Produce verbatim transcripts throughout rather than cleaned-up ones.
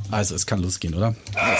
Also es kann losgehen, oder?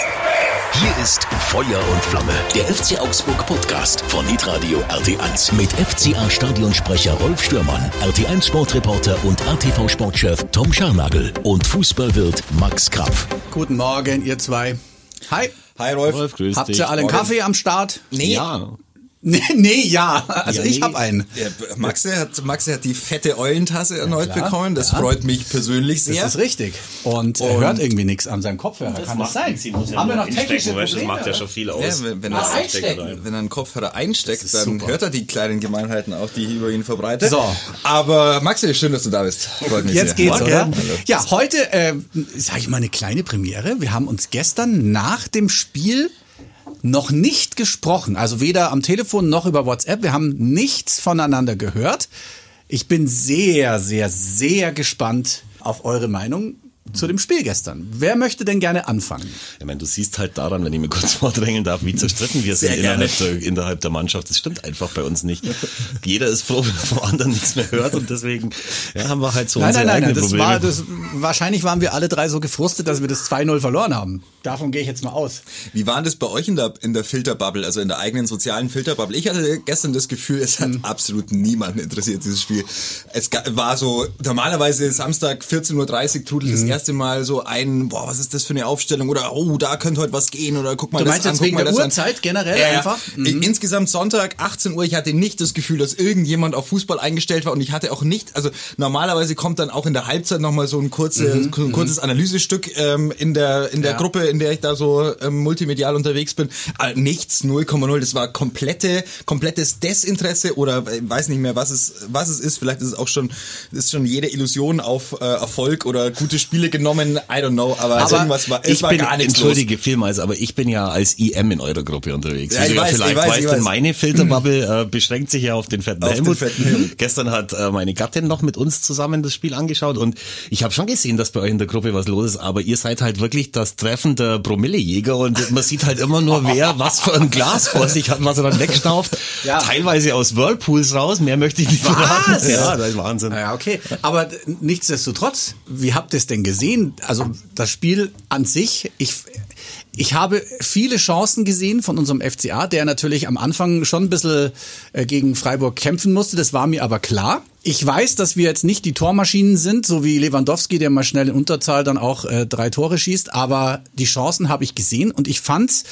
Hier ist Feuer und Flamme, der F C Augsburg Podcast von Hitradio R T eins mit F C A-Stadionsprecher Rolf Stürmann, R T eins Sportreporter und A T V-Sportchef Tom Scharnagl und Fußballwirt Max Krapf. Guten Morgen, ihr zwei. Hi. Hi Rolf. Rolf, grüß Habt dich. ihr alle einen Morgen. Kaffee am Start? Nee. Ja. Nee, nee, ja. Also Ja, ich nee. habe einen. Der Maxe hat, Maxe hat die fette Eulentasse erneut klar. bekommen. Das Ja. freut mich persönlich sehr. Das ist richtig. Und er Und- hört irgendwie nichts an seinem Kopfhörer. Kann das sein? Sie muss ja Haben wir nur noch technische einstecken, weißt du, das Probleme? macht ja schon viel aus. Ja, wenn, wenn, Ah, er, einstecken. wenn er einen Kopfhörer einsteckt, ist dann super. hört er die kleinen Gemeinheiten auch, die ich über ihn verbreite. So. Aber Maxe, schön, dass du da bist. Freut mich Jetzt sehr. geht's, Morgen. oder? Hallo. Ja, heute, äh, sage ich mal, eine kleine Premiere. Wir haben uns gestern nach dem Spiel noch nicht gesprochen. Also weder am Telefon noch über WhatsApp. Wir haben nichts voneinander gehört. Ich bin sehr, sehr, sehr gespannt auf eure Meinung zu dem Spiel gestern. Wer möchte denn gerne anfangen? Ich meine, du siehst halt daran, wenn ich mir kurz vordrängeln darf, wie zerstritten wir Sehr sind gerne. innerhalb der, innerhalb der Mannschaft. Das stimmt einfach bei uns nicht. Jeder ist froh, wenn er vom anderen nichts mehr hört und deswegen ja, haben wir halt so Nein, unsere nein, nein, nein. eigenen Das Probleme. war, das, wahrscheinlich waren wir alle drei so gefrustet, dass wir das zwei null verloren haben. Davon gehe ich jetzt mal aus. Wie war das bei euch in der, in der Filterbubble, also in der eigenen sozialen Filterbubble? Ich hatte gestern das Gefühl, es hat absolut niemanden interessiert, dieses Spiel. Es ga- war so, normalerweise Samstag vierzehn Uhr dreißig trudelt das erste Mal so ein, boah, was ist das für eine Aufstellung? Oder, oh, da könnte heute was gehen oder guck mal Du das meinst an, jetzt guck wegen mal der das an. Uhrzeit generell Ja, ja. einfach? In- Insgesamt Sonntag, achtzehn Uhr, ich hatte nicht das Gefühl, dass irgendjemand auf Fußball eingestellt war und ich hatte auch nicht, also normalerweise kommt dann auch in der Halbzeit nochmal so ein, kurze, ein kurzes Analysestück ähm, in der, in der Ja. Gruppe, in der ich da so ähm, multimedial unterwegs bin. Äh, nichts, null Komma null, das war komplette, komplettes Desinteresse oder äh, weiß nicht mehr, was es, was es ist. Vielleicht ist es auch schon, ist schon jede Illusion auf äh, Erfolg oder gute Spiele genommen, I don't know, aber, Aber irgendwas war, es ich war bin, gar nichts entschuldige vielmals, aber ich bin ja als I M in eurer Gruppe unterwegs. Ja, Wie ich du ja weiß, vielleicht ich weiß, weißt, ich denn weiß. meine Filterbubble äh, beschränkt sich ja auf den fetten Auf den Helmut. fetten Helmut. Gestern hat äh, meine Gattin noch mit uns zusammen das Spiel angeschaut und ich habe schon gesehen, dass bei euch in der Gruppe was los ist, aber ihr seid halt wirklich das Treffen der Promillejäger und man sieht halt immer nur, wer was für ein Glas vor sich hat, was er dann wegschnauft. Ja. Teilweise aus Whirlpools raus, mehr möchte ich nicht Was? verraten. Ja, das ist Wahnsinn. Ja, okay. Aber d- nichtsdestotrotz, wie habt ihr es denn gesehen? Also das Spiel an sich, ich, ich habe viele Chancen gesehen von unserem F C A, der natürlich am Anfang schon ein bisschen äh, gegen Freiburg kämpfen musste. Das war mir aber klar. Ich weiß, dass wir jetzt nicht die Tormaschinen sind, so wie Lewandowski, der mal schnell in Unterzahl dann auch äh, drei Tore schießt, aber die Chancen habe ich gesehen und ich fand's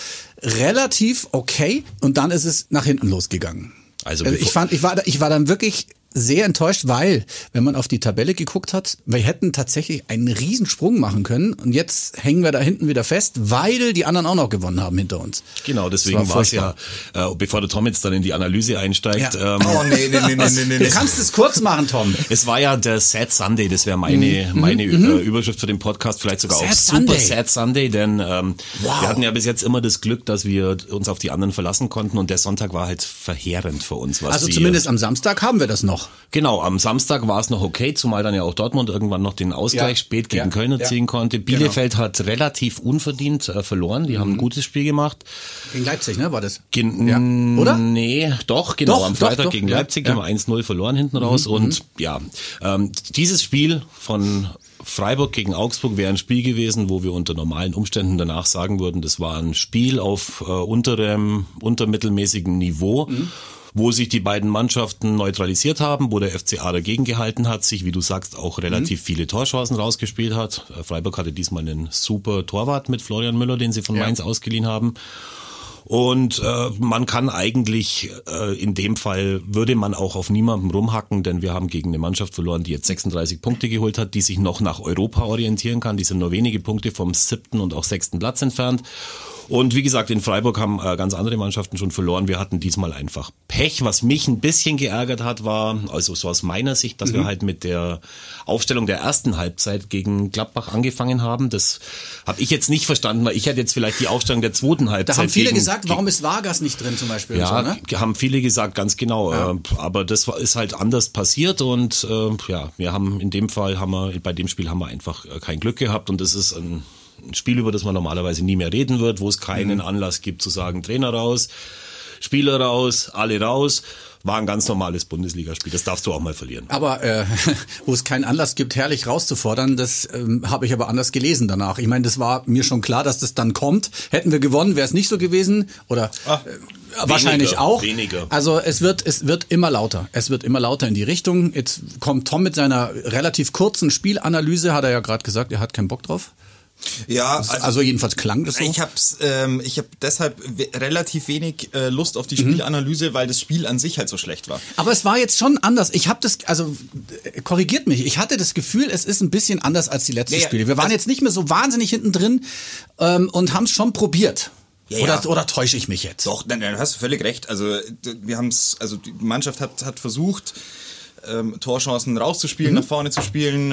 relativ okay und dann ist es nach hinten losgegangen. Also Also bevor- ich fand, ich war, da- ich war dann wirklich sehr enttäuscht, weil, wenn man auf die Tabelle geguckt hat, wir hätten tatsächlich einen Riesensprung machen können und jetzt hängen wir da hinten wieder fest, weil die anderen auch noch gewonnen haben hinter uns. Genau, Das deswegen war war es ja, äh, bevor der Tom jetzt dann in die Analyse einsteigt, Ja. ähm, Oh, nee, nee, nee, nee, nee, nee. Du kannst es kurz machen, Tom. es war ja der Sad Sunday, das wäre meine, meine äh, Überschrift für den Podcast, vielleicht sogar Sad auch Super Sunday. Sad Sunday, denn ähm, Wow. wir hatten ja bis jetzt immer das Glück, dass wir uns auf die anderen verlassen konnten und der Sonntag war halt verheerend für uns. Was Also die, zumindest am Samstag haben wir das noch. Genau, am Samstag war es noch okay, zumal dann ja auch Dortmund irgendwann noch den Ausgleich Ja, spät gegen ja, Köln erzielen ja. konnte. Bielefeld hat relativ unverdient äh, verloren, die haben ein gutes Spiel gemacht. Gegen Leipzig, ne, war das? Gen Ja. Oder? Nee, doch, genau. Doch, am doch, Freitag doch, gegen ja, Leipzig ja. haben wir eins null verloren hinten raus. Und ja, ähm, dieses Spiel von Freiburg gegen Augsburg wäre ein Spiel gewesen, wo wir unter normalen Umständen danach sagen würden, das war ein Spiel auf äh, unterem, untermittelmäßigem Niveau. Wo sich die beiden Mannschaften neutralisiert haben, wo der F C A dagegen gehalten hat, sich, wie du sagst, auch relativ viele Torchancen rausgespielt hat. Äh, Freiburg hatte diesmal einen super Torwart mit Florian Müller, den sie von Ja. Mainz ausgeliehen haben. Und äh, man kann eigentlich, äh, in dem Fall würde man auch auf niemandem rumhacken, denn wir haben gegen eine Mannschaft verloren, die jetzt sechsunddreißig Punkte geholt hat, die sich noch nach Europa orientieren kann. Die sind nur wenige Punkte vom siebten und auch sechsten Platz entfernt. Und wie gesagt, in Freiburg haben äh, ganz andere Mannschaften schon verloren. Wir hatten diesmal einfach Pech. Was mich ein bisschen geärgert hat, war, also so aus meiner Sicht, dass mhm. wir halt mit der Aufstellung der ersten Halbzeit gegen Gladbach angefangen haben. Das habe ich jetzt nicht verstanden, weil ich hätte jetzt vielleicht die Aufstellung der zweiten Halbzeit. Da haben viele gegen, gesagt, warum ist Vargas nicht drin zum Beispiel? Ja, und so, ne? haben viele gesagt, ganz genau. Ja. Äh, aber das war, ist halt anders passiert und äh, ja, wir haben in dem Fall, haben wir bei dem Spiel haben wir einfach äh, kein Glück gehabt und es ist ein ein Spiel, über das man normalerweise nie mehr reden wird, wo es keinen mhm. Anlass gibt zu sagen, Trainer raus. Spieler raus, alle raus. War ein ganz normales Bundesligaspiel, das darfst du auch mal verlieren. Aber äh, wo es keinen Anlass gibt, herrlich rauszufordern, das ähm, habe ich aber anders gelesen danach. Ich meine, das war mir schon klar, dass das dann kommt. Hätten wir gewonnen, wäre es nicht so gewesen. Oder Ach, äh, wahrscheinlich weniger, auch. Weniger. Also es wird, es wird immer lauter. Es wird immer lauter in die Richtung. Jetzt kommt Tom mit seiner relativ kurzen Spielanalyse, hat er ja gerade gesagt, er hat keinen Bock drauf. Ja, also, Also jedenfalls klang das so. Ich hab's, ähm, ich habe deshalb we- relativ wenig äh, Lust auf die Spielanalyse, weil das Spiel an sich halt so schlecht war. Aber es war jetzt schon anders. Ich habe das, also äh, korrigiert mich, ich hatte das Gefühl, es ist ein bisschen anders als die letzten Ja, ja. Spiele. Wir waren Also- jetzt nicht mehr so wahnsinnig hinten drin ähm, und haben es schon probiert. Ja, oder, ja. oder täusche ich mich jetzt? Doch, nein, nein, hast du völlig recht. Also d- wir haben's, also die Mannschaft hat hat versucht, ähm, Torchancen rauszuspielen, Mhm. nach vorne zu spielen,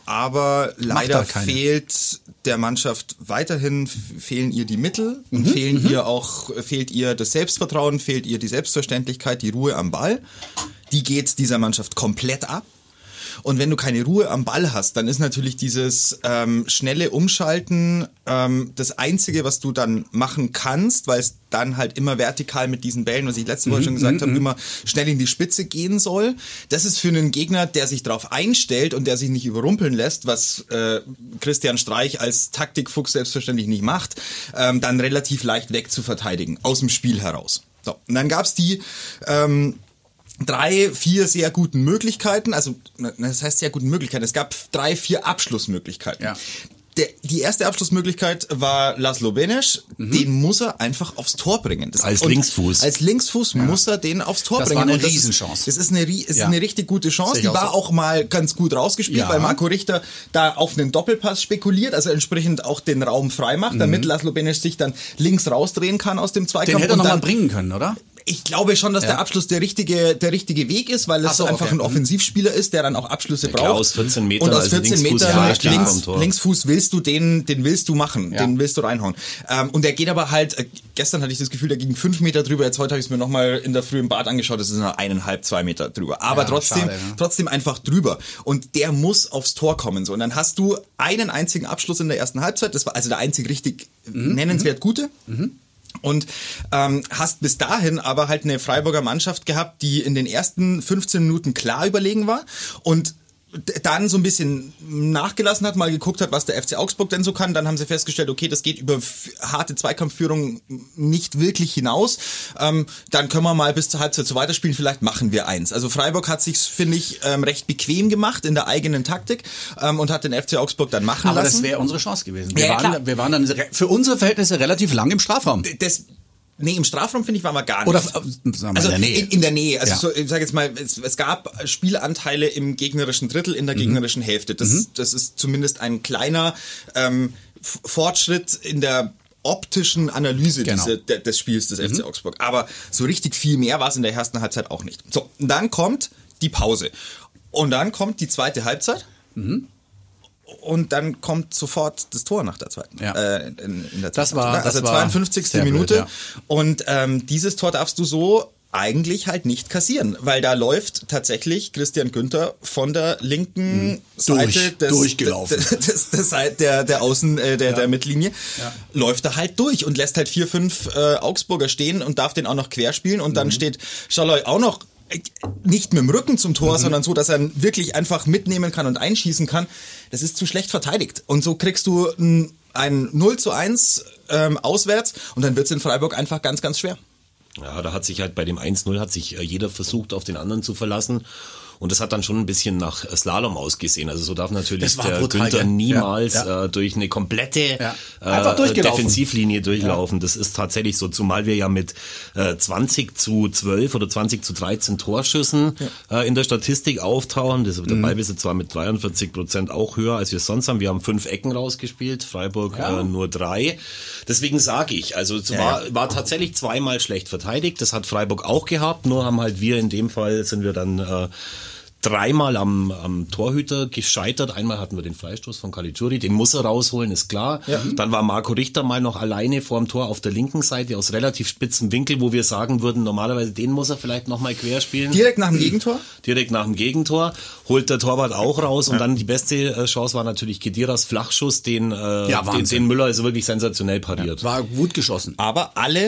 aber leider halt keine. fehlt der Mannschaft weiterhin, f- fehlen ihr die Mittel und Mhm. fehlen ihr auch, fehlt ihr das Selbstvertrauen, fehlt ihr die Selbstverständlichkeit, die Ruhe am Ball. Die geht dieser Mannschaft komplett ab. Und wenn du keine Ruhe am Ball hast, dann ist natürlich dieses ähm, schnelle Umschalten ähm, das Einzige, was du dann machen kannst, weil es dann halt immer vertikal mit diesen Bällen, was ich letzte Woche schon gesagt habe, immer schnell in die Spitze gehen soll. Das ist für einen Gegner, der sich darauf einstellt und der sich nicht überrumpeln lässt, was äh, Christian Streich als Taktikfuchs selbstverständlich nicht macht, ähm, dann relativ leicht wegzuverteidigen, aus dem Spiel heraus. So, und dann gab's die ähm, drei, vier sehr guten Möglichkeiten, also das heißt sehr guten Möglichkeiten, es gab drei, vier Abschlussmöglichkeiten. Ja. Der, die erste Abschlussmöglichkeit war Laszlo Benes, Mhm. den muss er einfach aufs Tor bringen. Das, Als und Linksfuß. Als Linksfuß muss er den aufs Tor Das bringen. war eine Und das Riesenchance. Ist, das ist eine, rie- ist Ja. eine richtig gute Chance, Sehe ich die auch war so. auch mal ganz gut rausgespielt, Ja. weil Marco Richter da auf einen Doppelpass spekuliert, also entsprechend auch den Raum frei macht, damit Laszlo Benes sich dann links rausdrehen kann aus dem Zweikampf. Den hätte er und noch mal dann- bringen können, oder? Ich glaube schon, dass Ja. der Abschluss der richtige, der richtige Weg ist, weil es Ach so, einfach okay. ein Offensivspieler ist, der dann auch Abschlüsse klar, braucht. aus vierzehn Metern, Und aus also vierzehn Linksfuß, Metern ja, links, klar, links, vom Tor. Linksfuß willst du den, den willst du machen, Ja. den willst du reinhauen. Ähm, und der geht aber halt, äh, gestern hatte ich das Gefühl, der ging fünf Meter drüber, jetzt heute habe ich es mir nochmal in der Früh im Bad angeschaut, das ist nur eineinhalb, zwei Meter drüber. Aber Ja, trotzdem, schade, ja. trotzdem einfach drüber. Und der muss aufs Tor kommen. So. Und dann hast du einen einzigen Abschluss in der ersten Halbzeit, das war also der einzig richtig Mhm. nennenswert gute. Und ähm, hast bis dahin aber halt eine Freiburger Mannschaft gehabt, die in den ersten fünfzehn Minuten klar überlegen war und d- dann so ein bisschen nachgelassen hat, mal geguckt hat, was der F C Augsburg denn so kann. Dann haben sie festgestellt, okay, das geht über f- harte Zweikampfführung nicht wirklich hinaus. Ähm, dann können wir mal bis zur Halbzeit so weiterspielen, vielleicht machen wir eins. Also Freiburg hat sich, finde ich, ähm, recht bequem gemacht in der eigenen Taktik ähm, und hat den F C Augsburg dann machen Aber lassen. das wäre unsere Chance gewesen. Wir, Ja, ja, klar. waren, wir waren dann re- für unsere Verhältnisse relativ lang im Strafraum. das, nee, im Strafraum, finde ich, waren wir gar nicht. Oder äh, sagen wir Also in der Nähe. In, in der Nähe. Also Ja. so, ich sage jetzt mal, es, es gab Spielanteile im gegnerischen Drittel, in der Mhm. gegnerischen Hälfte. Das, das ist zumindest ein kleiner ähm, F- Fortschritt in der optischen Analyse Genau. diese, de, des Spiels des F C Augsburg. Aber so richtig viel mehr war es in der ersten Halbzeit auch nicht. So, und dann kommt die Pause. Und dann kommt die zweite Halbzeit. Und dann kommt sofort das Tor nach der zweiten. Ja. Äh, in, in der Das zweiten war- Halbzeit. das also war zweiundfünfzigste sehr blöd, Minute. ja. Und ähm, dieses Tor darfst du so eigentlich halt nicht kassieren, weil da läuft tatsächlich Christian Günther von der linken Durch, Seite des, durchgelaufen. des, des, des, der, der Außen, äh, der, der Mittellinie, Ja. läuft er halt durch und lässt halt vier, fünf äh, Augsburger stehen und darf den auch noch querspielen und Mhm. dann steht Schalloy auch noch äh, nicht mit dem Rücken zum Tor, Mhm. sondern so, dass er ihn wirklich einfach mitnehmen kann und einschießen kann. Das ist zu schlecht verteidigt. Und so kriegst du ein, ein null zu eins ähm, auswärts und dann wird's in Freiburg einfach ganz, ganz schwer. Ja, da hat sich halt bei dem eins null hat sich äh, jeder versucht, auf den anderen zu verlassen. Und das hat dann schon ein bisschen nach äh, Slalom ausgesehen. Also so darf natürlich Das war der brutal, Günther gell? niemals Ja, ja. Äh, durch eine komplette Ja. Einfach äh, durchgelaufen. Defensivlinie durchlaufen. Das ist tatsächlich so, zumal wir ja mit äh, zwanzig zu zwölf oder zwanzig zu dreizehn Torschüssen äh, in der Statistik auftauchen. Das, der Mhm. Ballbesitz war mit dreiundvierzig Prozent auch höher, als wir es sonst haben. Wir haben fünf Ecken rausgespielt, Freiburg Ja. äh, nur drei. Deswegen sage ich, also es Ja, war, war tatsächlich zweimal schlecht verteidigt. Das hat Freiburg auch gehabt, nur haben halt wir in dem Fall sind wir dann äh, dreimal am, am Torhüter gescheitert. Einmal hatten wir den Freistoß von Caligiuri, den muss er rausholen, ist klar. Dann war Marco Richter mal noch alleine vorm Tor auf der linken Seite aus relativ spitzem Winkel, wo wir sagen würden, normalerweise den muss er vielleicht noch mal querspielen. Direkt nach dem Gegentor? Direkt nach dem Gegentor holt der Torwart auch raus und dann die beste äh, Chance war natürlich Khediras Flachschuss, den, äh, Ja, den, Wahnsinn. den Müller also wirklich sensationell pariert. War gut geschossen. Aber alle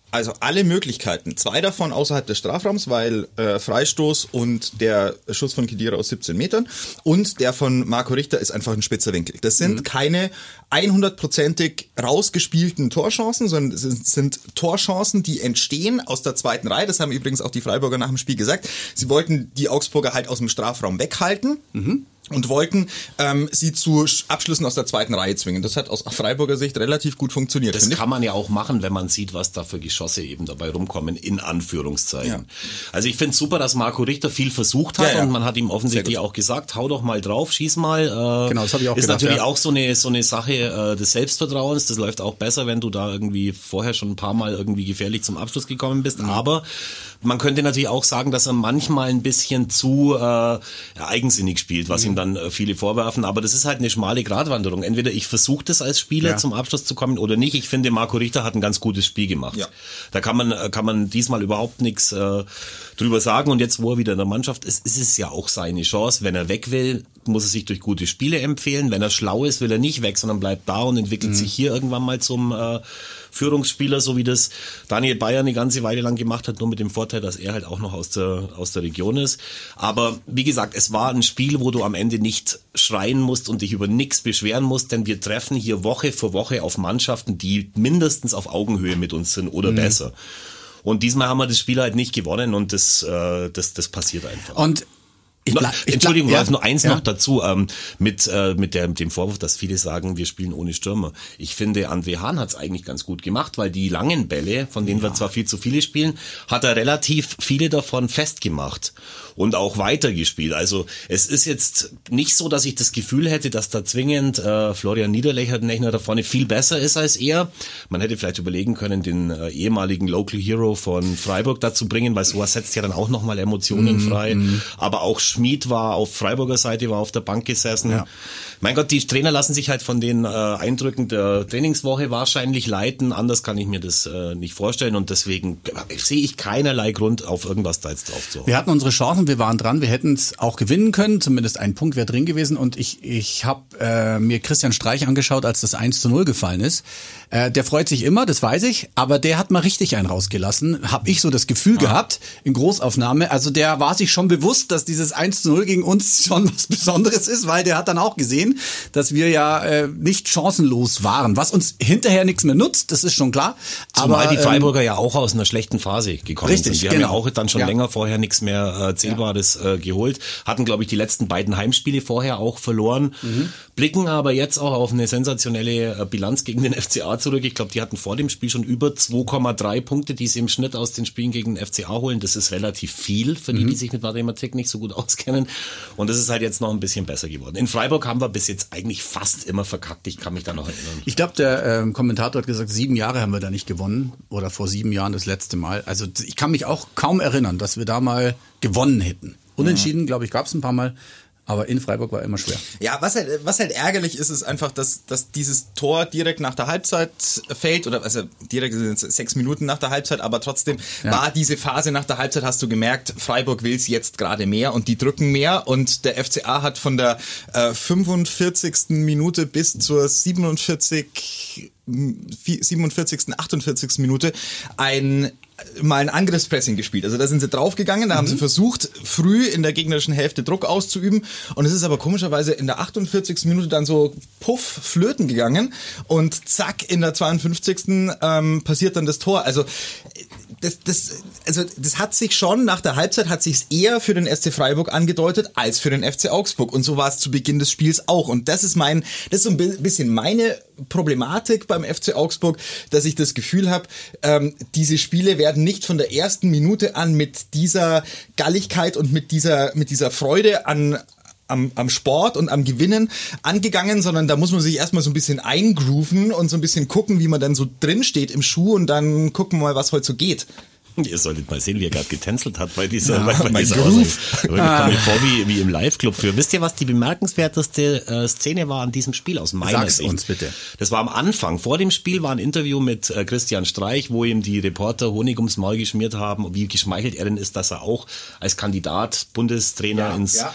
also alle Möglichkeiten, zwei davon außerhalb des Strafraums, weil äh, Freistoß und der Schuss von Khedira aus siebzehn Metern und der von Marco Richter ist einfach ein spitzer Winkel. Das sind mhm. keine hundertprozentig rausgespielten Torchancen, sondern es sind, sind Torchancen, die entstehen aus der zweiten Reihe. Das haben übrigens auch die Freiburger nach dem Spiel gesagt. Sie wollten die Augsburger halt aus dem Strafraum weghalten. Mhm. Und wollten ähm, sie zu Abschlüssen aus der zweiten Reihe zwingen. Das hat aus Freiburger Sicht relativ gut funktioniert. Das kann man ja auch machen, wenn man sieht, was da für Geschosse eben dabei rumkommen, in Anführungszeichen. Ja. Also ich finde es super, dass Marco Richter viel versucht hat ja, ja. und man hat ihm offensichtlich auch gesagt, hau doch mal drauf, schieß mal. Äh, genau, das habe ich auch Ist gedacht, natürlich ja. auch so eine so eine Sache äh, des Selbstvertrauens. Das läuft auch besser, wenn du da irgendwie vorher schon ein paar Mal irgendwie gefährlich zum Abschluss gekommen bist. Mhm. Aber man könnte natürlich auch sagen, dass er manchmal ein bisschen zu äh, ja, eigensinnig spielt, was mhm. ihm dann äh, viele vorwerfen. Aber das ist halt eine schmale Gratwanderung. Entweder ich versuche das als Spieler ja. zum Abschluss zu kommen oder nicht. Ich finde, Marco Richter hat ein ganz gutes Spiel gemacht. Ja. Da kann man kann man diesmal überhaupt nichts äh, drüber sagen. Und jetzt, wo er wieder in der Mannschaft ist, ist es ja auch seine Chance. Wenn er weg will, muss er sich durch gute Spiele empfehlen. Wenn er schlau ist, will er nicht weg, sondern bleibt da und entwickelt mhm. sich hier irgendwann mal zum äh, Führungsspieler, so wie das Daniel Bayer eine ganze Weile lang gemacht hat, nur mit dem Vorteil, dass er halt auch noch aus der aus der Region ist. Aber wie gesagt, es war ein Spiel, wo du am Ende nicht schreien musst und dich über nichts beschweren musst, denn wir treffen hier Woche für Woche auf Mannschaften, die mindestens auf Augenhöhe mit uns sind oder mhm. besser. Und diesmal haben wir das Spiel halt nicht gewonnen und das äh, das das passiert einfach. Und Ich bleib, ich Entschuldigung, bleib, Ralf, ja, nur eins ja. noch dazu, ähm, mit, äh, mit, der, mit dem Vorwurf, dass viele sagen, wir spielen ohne Stürmer. Ich finde, André Hahn hat es eigentlich ganz gut gemacht, weil die langen Bälle, von denen ja. wir zwar viel zu viele spielen, hat er relativ viele davon festgemacht und auch weitergespielt. Also es ist jetzt nicht so, dass ich das Gefühl hätte, dass da zwingend äh, Florian Niederlechner da vorne viel besser ist als er. Man hätte vielleicht überlegen können, den äh, ehemaligen Local Hero von Freiburg dazu bringen, weil sowas setzt ja dann auch nochmal Emotionen mm, frei. Mm. Aber auch Schmid war auf Freiburger Seite, war auf der Bank gesessen. Ja. Mein Gott, die Trainer lassen sich halt von den äh, Eindrücken der Trainingswoche wahrscheinlich leiten. Anders kann ich mir das äh, nicht vorstellen und deswegen äh, sehe ich keinerlei Grund, auf irgendwas da jetzt drauf zu hauen. Wir hatten unsere Chancen, wir waren dran, wir hätten es auch gewinnen können, zumindest ein Punkt wäre drin gewesen und ich ich habe äh, mir Christian Streich angeschaut, als das eins zu null gefallen ist. Äh, der freut sich immer, das weiß ich, aber der hat mal richtig einen rausgelassen, habe ich so das Gefühl ah. gehabt, in Großaufnahme. Also der war sich schon bewusst, dass dieses eins zu null gegen uns schon was Besonderes ist, weil der hat dann auch gesehen, dass wir ja äh, nicht chancenlos waren, was uns hinterher nichts mehr nutzt, das ist schon klar. Zumal aber die Freiburger ähm, ja auch aus einer schlechten Phase gekommen richtig, sind. Die genau. haben ja auch dann schon ja. länger vorher nichts mehr äh, Zählbares ja. äh, geholt, hatten, glaube ich, die letzten beiden Heimspiele vorher auch verloren, mhm. blicken aber jetzt auch auf eine sensationelle äh, Bilanz gegen den F C A zurück. Ich glaube, die hatten vor dem Spiel schon über zwei Komma drei Punkte, die sie im Schnitt aus den Spielen gegen den F C A holen. Das ist relativ viel für die, mhm. die sich mit Mathematik nicht so gut auskennen. Und das ist halt jetzt noch ein bisschen besser geworden. In Freiburg haben wir bis jetzt eigentlich fast immer verkackt. Ich kann mich da noch erinnern. Ich glaube, der äh, Kommentator hat gesagt, sieben Jahre haben wir da nicht gewonnen. Oder vor sieben Jahren das letzte Mal. Also ich kann mich auch kaum erinnern, dass wir da mal gewonnen hätten. Unentschieden, glaube ich, gab es ein paar Mal. Aber in Freiburg war immer schwer. Ja, was halt, was halt ärgerlich ist, ist einfach, dass, dass dieses Tor direkt nach der Halbzeit fällt, oder also direkt sind es sechs Minuten nach der Halbzeit, aber trotzdem ja. war diese Phase nach der Halbzeit, hast du gemerkt, Freiburg will es jetzt gerade mehr und die drücken mehr und der F C A hat von der äh, fünfundvierzigsten Minute bis zur siebenundvierzigsten siebenundvierzigsten, achtundvierzigsten Minute ein mal ein Angriffspressing gespielt. Also da sind sie draufgegangen, da mhm. haben sie versucht, früh in der gegnerischen Hälfte Druck auszuüben und es ist aber komischerweise in der achtundvierzigsten Minute dann so puff, flöten gegangen und zack, in der zweiundfünfzigsten Ähm, passiert dann das Tor. Also das, das, also das hat sich schon, nach der Halbzeit hat sich's eher für den S C Freiburg angedeutet, als für den F C Augsburg und so war es zu Beginn des Spiels auch und das ist mein, das ist so ein bisschen meine Problematik beim F C Augsburg, dass ich das Gefühl habe, ähm, diese Spiele werden nicht von der ersten Minute an mit dieser Galligkeit und mit dieser mit dieser Freude an am, am Sport und am Gewinnen angegangen, sondern da muss man sich erstmal so ein bisschen eingrooven und so ein bisschen gucken, wie man dann so drin steht im Schuh und dann gucken wir mal, was heute so geht. Ihr solltet mal sehen, wie er gerade getänzelt hat bei dieser, ja, bei, bei dieser Aussage. Ich komme mir vor wie, wie im Live-Club für. Wisst ihr, was die bemerkenswerteste äh, Szene war an diesem Spiel aus meiner Sag's Sicht? uns bitte. Das war am Anfang. Vor dem Spiel war ein Interview mit äh, Christian Streich, wo ihm die Reporter Honig ums Maul geschmiert haben, wie geschmeichelt er denn ist, dass er auch als Kandidat Bundestrainer ja, ins ja.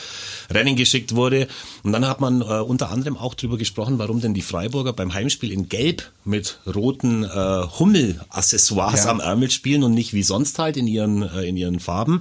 Rennen geschickt wurde. Und dann hat man äh, unter anderem auch drüber gesprochen, warum denn die Freiburger beim Heimspiel in Gelb mit roten äh, Hummel-Accessoires ja. am Ärmel spielen und nicht wie sonst halt in ihren, äh, in ihren Farben.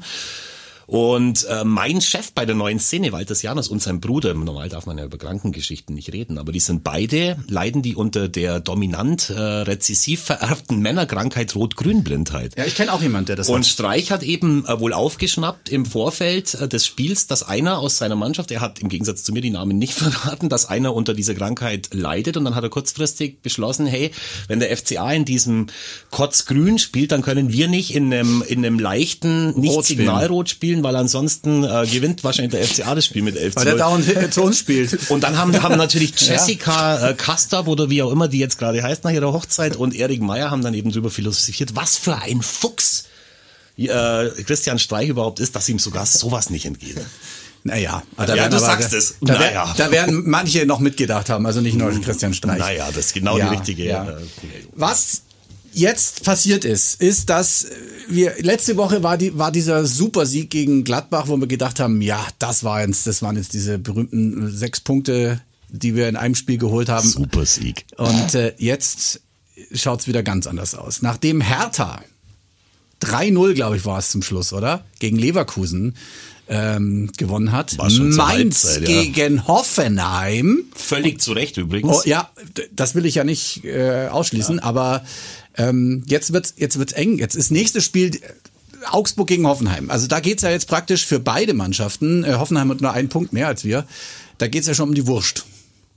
Und äh, mein Chef bei der Neuen Szene, Walter Janus, und sein Bruder, normal darf man ja über Krankengeschichten nicht reden, aber die sind beide, leiden die unter der dominant äh, rezessiv vererbten Männerkrankheit Rot-Grün-Blindheit. Ja, ich kenne auch jemanden, der das Und hat. Streich hat eben äh, wohl aufgeschnappt im Vorfeld äh, des Spiels, dass einer aus seiner Mannschaft, er hat im Gegensatz zu mir die Namen nicht verraten, dass einer unter dieser Krankheit leidet, und dann hat er kurzfristig beschlossen, hey, wenn der F C A in diesem Kotzgrün spielt, dann können wir nicht in einem, in einem leichten, nicht Rot spielen. Signalrot spielen, weil ansonsten äh, gewinnt wahrscheinlich der F C A das Spiel mit elf zu null. Weil der dauernd zu uns spielt. Und dann haben, haben natürlich Jessica äh, Kastab oder wie auch immer die jetzt gerade heißt nach ihrer Hochzeit und Erik Meyer haben dann eben drüber philosophiert, was für ein Fuchs äh, Christian Streich überhaupt ist, dass ihm sogar sowas nicht entgeht. Naja, Ja, da werden du aber, sagst es. Da, Naja. wer- da werden manche noch mitgedacht haben, also nicht nur Christian Streich. Naja, das ist genau Ja, die richtige. ja. Äh, Was jetzt passiert ist, ist, dass wir letzte Woche war die war dieser Supersieg gegen Gladbach, wo wir gedacht haben, ja, das war jetzt, das waren jetzt diese berühmten sechs Punkte, die wir in einem Spiel geholt haben. Super Sieg. Und äh, jetzt schaut's wieder ganz anders aus. Nachdem Hertha drei null, glaube ich, war es zum Schluss, oder? Gegen Leverkusen ähm, gewonnen hat. War schon zur Mainz Halbzeit, ja. gegen Hoffenheim. Völlig zu Recht übrigens. Oh, ja, d- das will ich ja nicht äh, ausschließen, aber ähm, jetzt wird's jetzt wird's eng. Jetzt ist nächstes Spiel äh, Augsburg gegen Hoffenheim. Also da geht's ja jetzt praktisch für beide Mannschaften. Äh, Hoffenheim hat nur einen Punkt mehr als wir. Da geht's ja schon um die Wurst.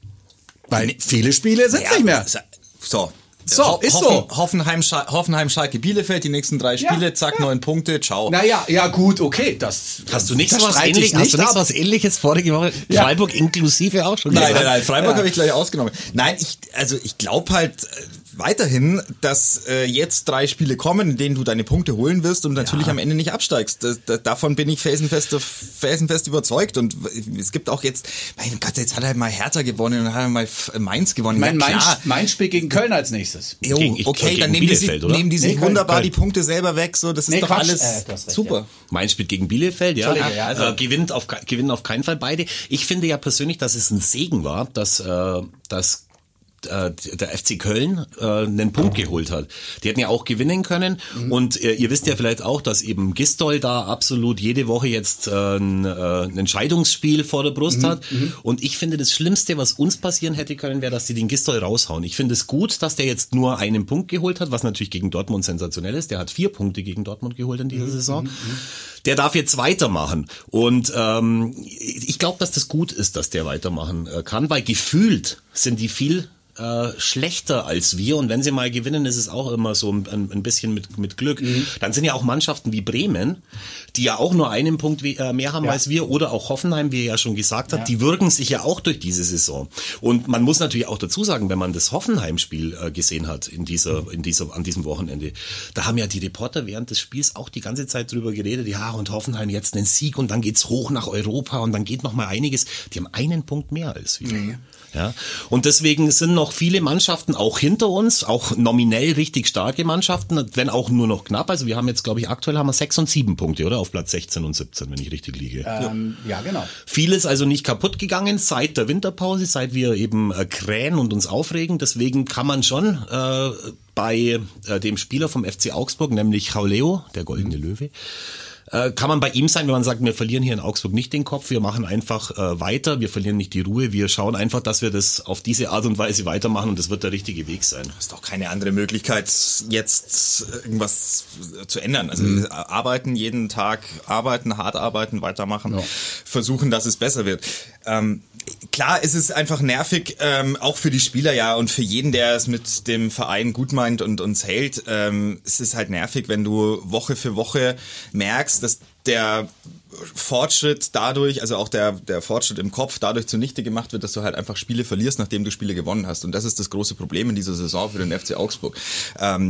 Weil viele Spiele sind Ja, nicht mehr. So. So, Ho- ist Hoffen, so. Hoffenheim, Scha- Hoffenheim, Schalke, Bielefeld, die nächsten drei Ja, Spiele, zack, ja. neun Punkte, ciao. Naja, ja gut, okay. Das, Hast du nicht das so was streite ich ähnliches, hast du nicht ab. so was ähnliches vorige Woche? Ja. Freiburg inklusive auch schon Nein, gesagt? nein, nein, Freiburg Ja. habe ich gleich ausgenommen. Nein, ich, also ich glaube halt äh, weiterhin, dass äh, jetzt drei Spiele kommen, in denen du deine Punkte holen wirst und natürlich am Ende nicht absteigst. Das, das, davon bin ich felsenfest, felsenfest überzeugt. Und es gibt auch jetzt, mein Gott, jetzt hat er mal Hertha gewonnen und hat er mal F- Mainz gewonnen. Mein, ja, mein, klar. mein Spiel gegen Köln als nächstes. Jo, Gegen- ich- okay, gegen dann nehmen die, sich, Bielefeld, oder? nehmen die sich Nee, Köln, wunderbar Köln. die Punkte selber weg. So, das ist Nee, doch Quatsch. alles Äh, du hast recht, super. Mainz spielt gegen Bielefeld, ja. Entschuldige, ja, also- äh, gewinnt, auf, ke- gewinnen auf keinen Fall beide. Ich finde ja persönlich, dass es ein Segen war, dass, äh, dass äh, der F C Köln äh, einen Punkt geholt hat. Die hätten ja auch gewinnen können. Mhm. Und äh, ihr wisst ja vielleicht auch, dass eben Gistol da absolut jede Woche jetzt äh, ein, äh, ein Entscheidungsspiel vor der Brust Mhm. hat. Und ich finde, das Schlimmste, was uns passieren hätte können, wäre, dass die den Gistol raushauen. Ich finde es gut, dass der jetzt nur einen Punkt geholt hat, was natürlich gegen Dortmund sensationell ist. Der hat vier Punkte gegen Dortmund geholt in dieser Mhm. Saison. Der darf jetzt weitermachen. Und ähm, ich glaube, dass das gut ist, dass der weitermachen äh, kann, weil gefühlt sind die viel äh, schlechter als wir, und wenn sie mal gewinnen, ist es auch immer so ein, ein bisschen mit, mit Glück. Mhm. Dann sind ja auch Mannschaften wie Bremen, die ja auch nur einen Punkt we- äh, mehr haben Ja. als wir, oder auch Hoffenheim, wie er ja schon gesagt hat, die würgen sich ja auch durch diese Saison. Und man muss natürlich auch dazu sagen, wenn man das Hoffenheim-Spiel äh, gesehen hat in dieser, in dieser, an diesem Wochenende, da haben ja die Reporter während des Spiels auch die ganze Zeit drüber geredet, ja, und Hoffenheim jetzt einen Sieg und dann geht's hoch nach Europa und dann geht noch mal einiges. Die haben einen Punkt mehr als wir. Ja, und deswegen sind noch viele Mannschaften auch hinter uns, auch nominell richtig starke Mannschaften, wenn auch nur noch knapp. Also wir haben jetzt, glaube ich, aktuell haben wir sechs und sieben Punkte, oder? Auf Platz sechzehn und siebzehn, wenn ich richtig liege. Ähm, ja, genau. Vieles also nicht kaputt gegangen seit der Winterpause, seit wir eben äh, krähen und uns aufregen. Deswegen kann man schon äh, bei äh, dem Spieler vom F C Augsburg, nämlich Jauleo, der goldene Löwe, äh, kann man bei ihm sein, wenn man sagt, wir verlieren hier in Augsburg nicht den Kopf, wir machen einfach äh, weiter, wir verlieren nicht die Ruhe, wir schauen einfach, dass wir das auf diese Art und Weise weitermachen, und das wird der richtige Weg sein. ist doch keine andere Möglichkeit, jetzt irgendwas zu ändern. Also Mhm. arbeiten, jeden Tag arbeiten, hart arbeiten, weitermachen, versuchen, dass es besser wird. Ähm, klar, es ist einfach nervig, ähm, auch für die Spieler, ja, und für jeden, der es mit dem Verein gut meint und uns hält. Ähm, es ist halt nervig, wenn du Woche für Woche merkst, dass der Fortschritt dadurch, also auch der, der Fortschritt im Kopf dadurch zunichte gemacht wird, dass du halt einfach Spiele verlierst, nachdem du Spiele gewonnen hast. Und das ist das große Problem in dieser Saison für den F C Augsburg. Ähm,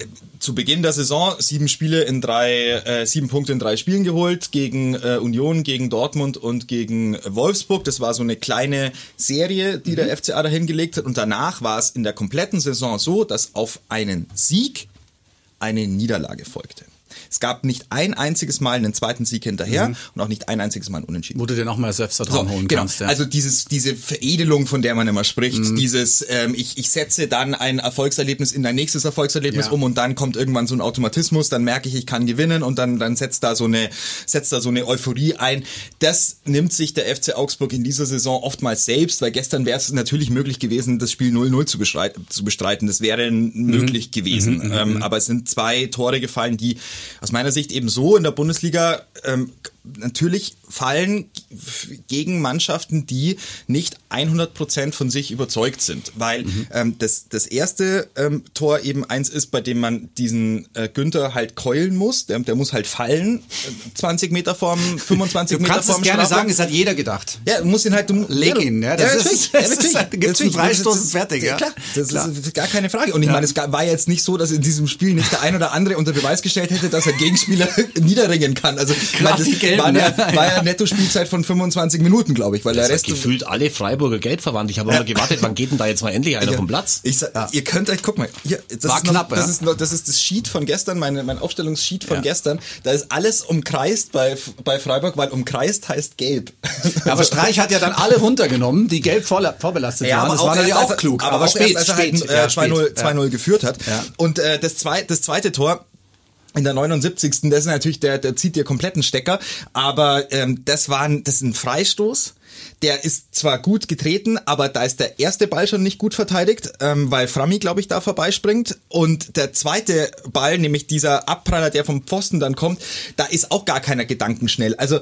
zu Beginn der Saison sieben Spiele in drei, äh, sieben Punkte in drei Spielen geholt, gegen äh, Union, gegen Dortmund und gegen Wolfsburg. Das war so eine kleine Serie, die der F C A da hingelegt hat. Und danach war es in der kompletten Saison so, dass auf einen Sieg eine Niederlage folgte. Es gab nicht ein einziges Mal einen zweiten Sieg hinterher mhm. und auch nicht ein einziges Mal ein Unentschieden. Wo du dir noch mal Selbstvertrauen so, holen genau. kannst. Ja. Also dieses, diese Veredelung, von der man immer spricht, mhm. dieses, ähm, ich, ich setze dann ein Erfolgserlebnis in ein nächstes Erfolgserlebnis ja. um und dann kommt irgendwann so ein Automatismus, dann merke ich, ich kann gewinnen und dann, dann setzt da so eine, setzt da so eine Euphorie ein. Das nimmt sich der F C Augsburg in dieser Saison oftmals selbst, weil gestern wäre es natürlich möglich gewesen, das Spiel null null zu bestreiten. Zu bestreiten. Das wäre mhm. möglich gewesen. Mhm. Ähm, aber es sind zwei Tore gefallen, die aus meiner Sicht eben so in der Bundesliga ähm, natürlich fallen gegen Mannschaften, die nicht hundert Prozent von sich überzeugt sind. Weil mhm. ähm, das, das erste ähm, Tor eben eins ist, bei dem man diesen äh, Günther halt keulen muss. Der, der muss halt fallen, äh, zwanzig Meter vorm, fünfundzwanzig Meter vorm Du kannst es gerne sagen, das hat jeder gedacht. Ja, du musst ihn halt... Du, Leg ihn, ja. Das ja, ist, das ist, ist, gibt es einen Freistoß, ist fertig. Ja, klar. Das klar. ist gar keine Frage. Und ich ja. meine, es war jetzt nicht so, dass in diesem Spiel nicht der ein oder andere unter Beweis gestellt hätte, dass er Gegenspieler niederringen kann. Also Gerade das die Gelben, war ja, war ja Netto-Spielzeit von fünfundzwanzig Minuten, glaube ich. Weil das der Rest gefühlt alle Freiburger Geld verwandt. Ich habe ja. immer gewartet, wann geht denn da jetzt mal endlich einer ja. vom Platz? Ich sag, ja. Ihr könnt euch, guck mal, hier, das, war ist noch, knapp, das, ja. ist noch, das ist das Sheet von gestern, mein, mein Aufstellungssheet von ja. gestern. Da ist alles umkreist bei, bei Freiburg, weil umkreist heißt gelb. Ja, aber Streich hat ja dann alle runtergenommen, die gelb vor, vorbelastet ja, waren. Das war natürlich auch klug. Aber, aber auch spät, erst, als er halt, äh, zwei null ja. geführt hat. Ja. Und äh, das, zwei, das zweite Tor in der neunundsiebzigsten Das ist natürlich, der, der zieht dir kompletten Stecker, aber ähm, das war ein, das ist ein Freistoß. Der ist zwar gut getreten, aber da ist der erste Ball schon nicht gut verteidigt, ähm, weil Frammi, glaube ich, da vorbeispringt. Und der zweite Ball, nämlich dieser Abpraller, der vom Pfosten dann kommt, da ist auch gar keiner gedankenschnell. Also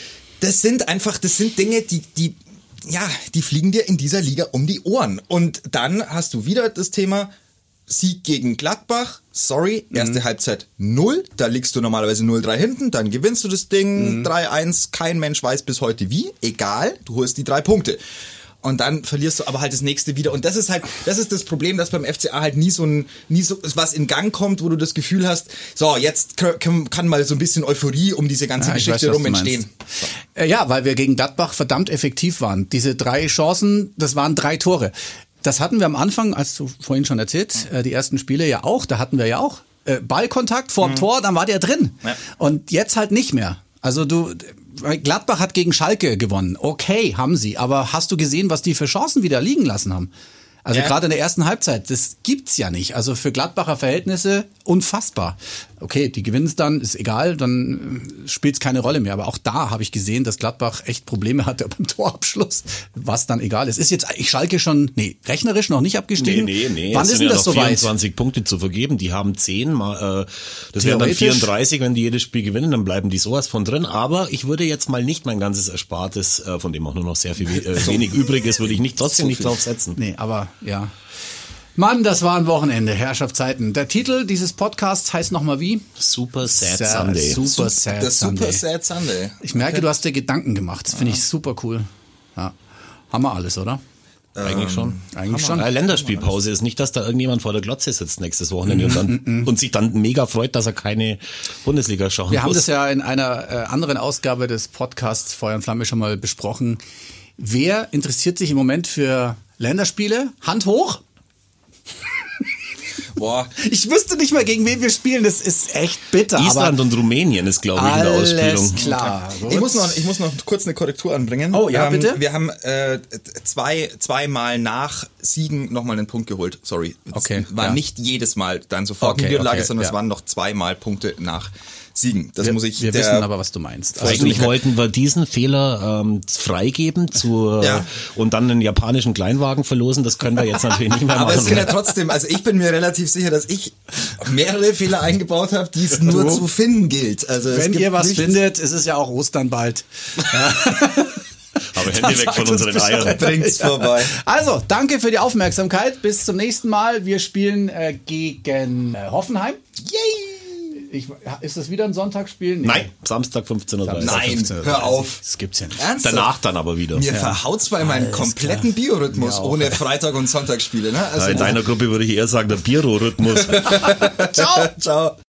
das sind einfach, das sind Dinge, die, die, ja, die fliegen dir in dieser Liga um die Ohren. Und dann hast du wieder das Thema Sieg gegen Gladbach, sorry, erste mhm. Halbzeit null, da liegst du normalerweise null drei hinten, dann gewinnst du das Ding, mhm. drei eins, kein Mensch weiß bis heute wie, egal, du holst die drei Punkte. Und dann verlierst du aber halt das nächste wieder. Und das ist halt, das ist das Problem, dass beim F C A halt nie so ein, nie so was in Gang kommt, wo du das Gefühl hast, so, jetzt kann, kann mal so ein bisschen Euphorie um diese ganze ja, Geschichte weiß, rum entstehen. So. Ja, weil wir gegen Gladbach verdammt effektiv waren. Diese drei Chancen, das waren drei Tore. Das hatten wir am Anfang, als du vorhin schon erzählt, äh, die ersten Spiele ja auch, da hatten wir ja auch äh, Ballkontakt vorm mhm. Tor, dann war der drin. Ja. Und jetzt halt nicht mehr. Also du, Gladbach hat gegen Schalke gewonnen. Okay, haben sie. Aber hast du gesehen, was die für Chancen wieder liegen lassen haben? Also ja. gerade in der ersten Halbzeit, das gibt's ja nicht. Also für Gladbacher Verhältnisse unfassbar. Okay, die gewinnen es dann, ist egal, dann spielt's keine Rolle mehr. Aber auch da habe ich gesehen, dass Gladbach echt Probleme hatte beim Torabschluss, was dann egal ist. Ist jetzt eigentlich Schalke schon, nee, rechnerisch noch nicht abgestiegen? Nee, nee, nee. Wann ist denn ja das soweit? vierundzwanzig Punkte zu vergeben, die haben zehn, mal, äh, das wären dann vierunddreißig, wenn die jedes Spiel gewinnen, dann bleiben die sowas von drin. Aber ich würde jetzt mal nicht mein ganzes Erspartes, äh, von dem auch nur noch sehr viel äh, wenig übrig ist, würde ich nicht trotzdem so nicht drauf setzen. Nee, aber ja. Mann, das war ein Wochenende, Herrschaftszeiten. Der Titel dieses Podcasts heißt nochmal wie? Super Sad Sa- Sunday. Super Sad das Sunday. Super Sad Sunday. Ich merke, okay. du hast dir Gedanken gemacht. Das finde ich super cool. Ja. Haben wir alles, oder? Eigentlich schon. Ähm, Eigentlich schon. Ja, Länderspielpause ist nicht, dass da irgendjemand vor der Glotze sitzt nächstes Wochenende und, dann, und sich dann mega freut, dass er keine Bundesliga schauen Wir muss. haben das ja in einer äh, anderen Ausgabe des Podcasts Feuer und Flamme schon mal besprochen. Wer interessiert sich im Moment für Länderspiele? Hand hoch! Boah. Ich wüsste nicht mal, gegen wen wir spielen. Das ist echt bitter. Island und Rumänien ist, glaube ich, in der Ausspielung. Alles klar. Okay. Ich muss noch, ich muss noch kurz eine Korrektur anbringen. Oh ja, ähm, bitte. Wir haben äh, zwei, zweimal nach Siegen nochmal einen Punkt geholt. Sorry. Es okay. war ja. nicht jedes Mal dann sofort okay, eine Niederlage, okay, sondern ja. es waren noch zweimal Punkte nach Siegen. Das wir, muss ich. Wir der, wissen aber, was du meinst. Also eigentlich wollten wir diesen Fehler ähm, freigeben zur, ja. und dann einen japanischen Kleinwagen verlosen. Das können wir jetzt natürlich nicht mehr machen. Aber es geht ja trotzdem, also ich bin mir relativ sicher, dass ich mehrere Fehler eingebaut habe, die es nur zu finden gilt. Also wenn ihr was findet, ist es ja auch Ostern bald. Ja. Aber Hände weg von unseren Eiern. Bringt's ja. vorbei. Also, danke für die Aufmerksamkeit. Bis zum nächsten Mal. Wir spielen äh, gegen äh, Hoffenheim. Yay! Ich, ist das wieder ein Sonntagsspiel? Nee. Nein, Samstag fünfzehn Uhr dreißig. Nein, hör auf. Das gibt's ja nicht. Ernsthaft? Danach dann aber wieder. Mir ja. verhaut's bei meinem Alles kompletten klar. Biorhythmus ohne Freitag- und Sonntagsspiele. Ne? Also in deiner Gruppe würde ich eher sagen, der Biro-Rhythmus. Ciao. Ciao.